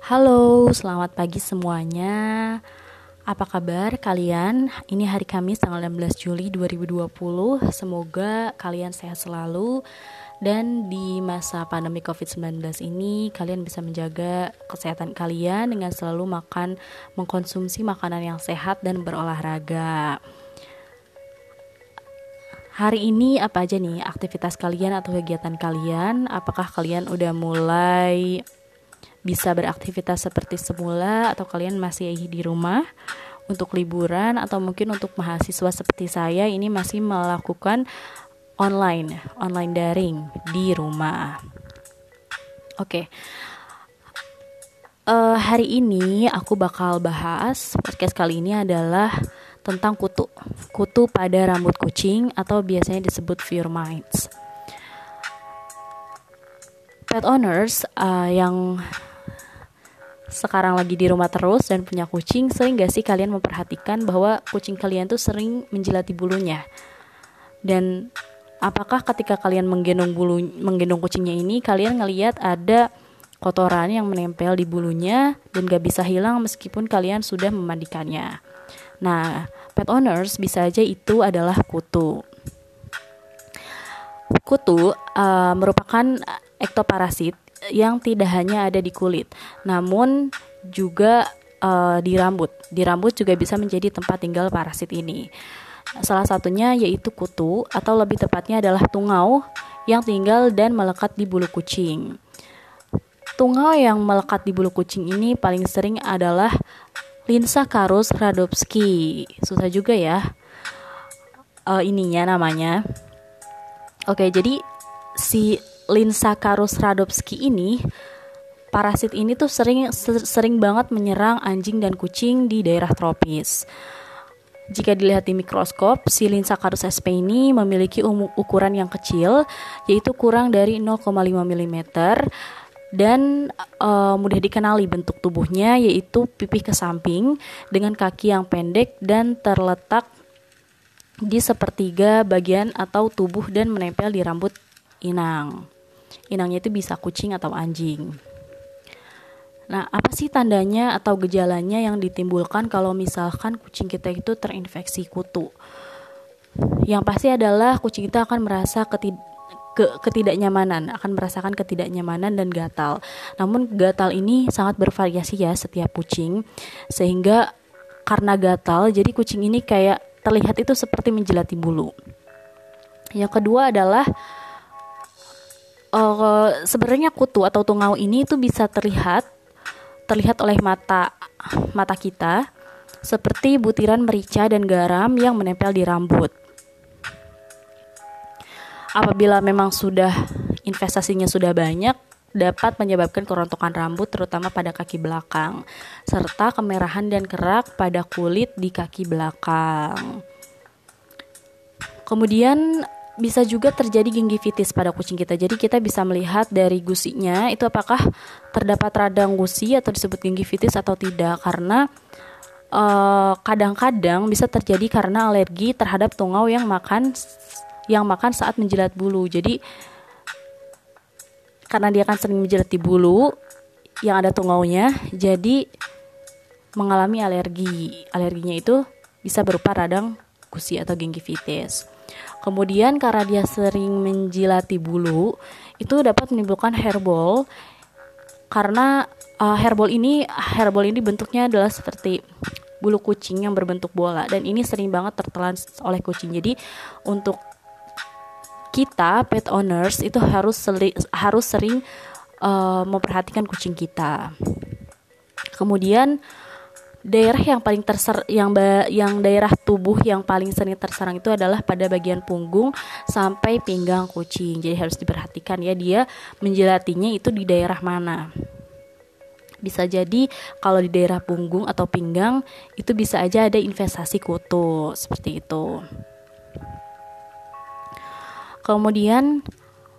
Halo, selamat pagi semuanya. Apa kabar kalian? Ini hari Kamis tanggal 16 Juli 2020. Semoga kalian sehat selalu dan di masa pandemi COVID-19 ini kalian bisa menjaga kesehatan kalian dengan selalu mengkonsumsi makanan yang sehat dan berolahraga. Hari ini apa aja nih aktivitas kalian atau kegiatan kalian? Apakah kalian udah mulai bisa beraktivitas seperti semula atau kalian masih di rumah untuk liburan atau mungkin untuk mahasiswa seperti saya ini masih melakukan online daring di rumah. Oke. Hari ini aku bakal bahas podcast kali ini adalah tentang kutu pada rambut kucing atau biasanya disebut fur mites. Pet owners yang sekarang lagi di rumah terus dan punya kucing, sering gak sih kalian memperhatikan bahwa kucing kalian tuh sering menjilati bulunya? Dan apakah ketika kalian menggendong kucingnya ini, kalian ngelihat ada kotoran yang menempel di bulunya dan gak bisa hilang meskipun kalian sudah memandikannya? Nah, pet owners bisa aja itu adalah kutu. Kutu merupakan ektoparasit yang tidak hanya ada di kulit, namun juga di rambut. Di rambut juga bisa menjadi tempat tinggal parasit ini. Salah satunya yaitu kutu, atau lebih tepatnya adalah tungau yang tinggal dan melekat di bulu kucing. Tungau yang melekat di bulu kucing ini paling sering adalah Lynsacarus rhodopsii. Susah juga ya namanya. Oke, jadi si Lynsacarus rhodopsii ini, parasit ini tuh sering banget menyerang anjing dan kucing di daerah tropis. Jika dilihat di mikroskop, si Lynsacarus sp ini memiliki ukuran yang kecil, yaitu kurang dari 0,5 mm, dan mudah dikenali bentuk tubuhnya, yaitu pipih ke samping dengan kaki yang pendek dan terletak di sepertiga bagian atau tubuh dan menempel di rambut inang. Inangnya itu bisa kucing atau anjing. Nah, apa sih tandanya atau gejalanya yang ditimbulkan kalau misalkan kucing kita itu terinfeksi kutu? Yang pasti adalah kucing kita akan merasa ketidaknyamanan, akan merasakan ketidaknyamanan dan gatal. Namun gatal ini sangat bervariasi ya setiap kucing, sehingga karena gatal, jadi kucing ini kayak terlihat itu seperti menjilati bulu. Yang kedua adalah sebenarnya kutu atau tungau ini itu bisa terlihat oleh mata kita seperti butiran merica dan garam yang menempel di rambut. Apabila memang investasinya sudah banyak, dapat menyebabkan kerontokan rambut terutama pada kaki belakang, serta kemerahan dan kerak pada kulit di kaki belakang. Kemudian bisa juga terjadi gingivitis pada kucing kita. Jadi kita bisa melihat dari gusinya itu apakah terdapat radang gusi atau disebut gingivitis atau tidak, karena kadang-kadang bisa terjadi karena alergi terhadap tungau yang makan saat menjilat bulu. Jadi karena dia akan sering menjilat di bulu yang ada tungaunya, jadi mengalami alergi. Alerginya itu bisa berupa radang gusi atau gingivitis. Kemudian karena dia sering menjilati bulu, itu dapat menimbulkan hairball. Karena hairball ini bentuknya adalah seperti bulu kucing yang berbentuk bola, dan ini sering banget tertelan oleh kucing. Jadi untuk kita pet owners itu harus sering memperhatikan kucing kita. Kemudian daerah yang paling daerah tubuh yang paling sering terserang itu adalah pada bagian punggung sampai pinggang kucing. Jadi harus diperhatikan ya, dia menjilatinya itu di daerah mana. Bisa jadi kalau di daerah punggung atau pinggang itu bisa aja ada investasi kutu seperti itu. Kemudian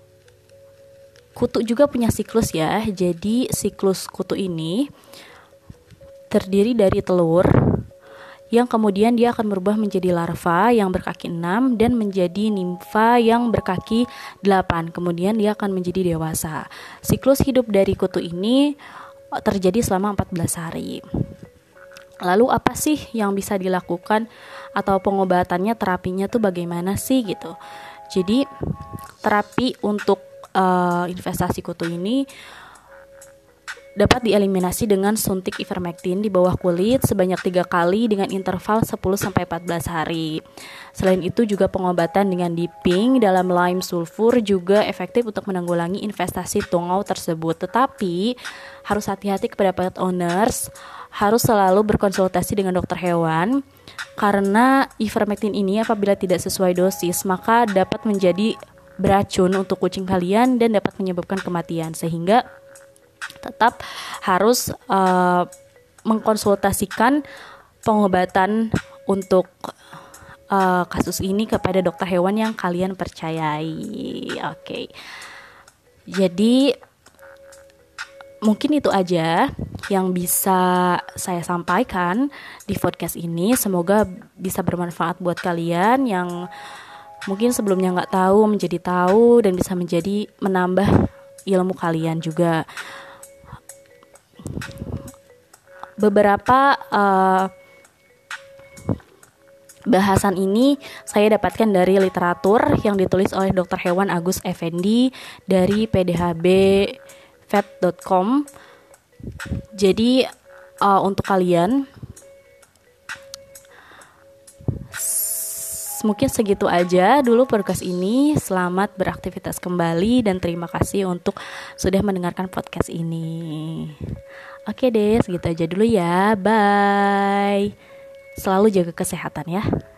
kutu juga punya siklus ya. Jadi siklus kutu ini terdiri dari telur yang kemudian dia akan berubah menjadi larva yang berkaki 6 dan menjadi nimfa yang berkaki 8. Kemudian dia akan menjadi dewasa. Siklus hidup dari kutu ini terjadi selama 14 hari. Lalu apa sih yang bisa dilakukan atau pengobatannya, terapinya tuh bagaimana sih gitu. Jadi terapi untuk investasi kutu ini dapat dieliminasi dengan suntik ivermectin di bawah kulit sebanyak 3 kali dengan interval 10-14 hari. Selain itu juga pengobatan dengan dipping dalam lime sulfur juga efektif untuk menanggulangi investasi tungau tersebut. Tetapi harus hati-hati kepada pet owners, harus selalu berkonsultasi dengan dokter hewan karena ivermectin ini apabila tidak sesuai dosis maka dapat menjadi beracun untuk kucing kalian dan dapat menyebabkan kematian, sehingga tetap harus mengkonsultasikan pengobatan untuk kasus ini kepada dokter hewan yang kalian percayai. Oke. Jadi mungkin itu aja yang bisa saya sampaikan di podcast ini. Semoga bisa bermanfaat buat kalian yang mungkin sebelumnya nggak tahu menjadi tahu dan bisa menjadi menambah ilmu kalian juga. Beberapa bahasan ini saya dapatkan dari literatur yang ditulis oleh Dr. Hewan Agus Effendi dari pdhbvet.com. Jadi untuk kalian mungkin segitu aja dulu podcast ini. Selamat beraktivitas kembali dan terima kasih untuk sudah mendengarkan podcast ini. Oke deh, segitu aja dulu ya. Bye. Selalu jaga kesehatan ya.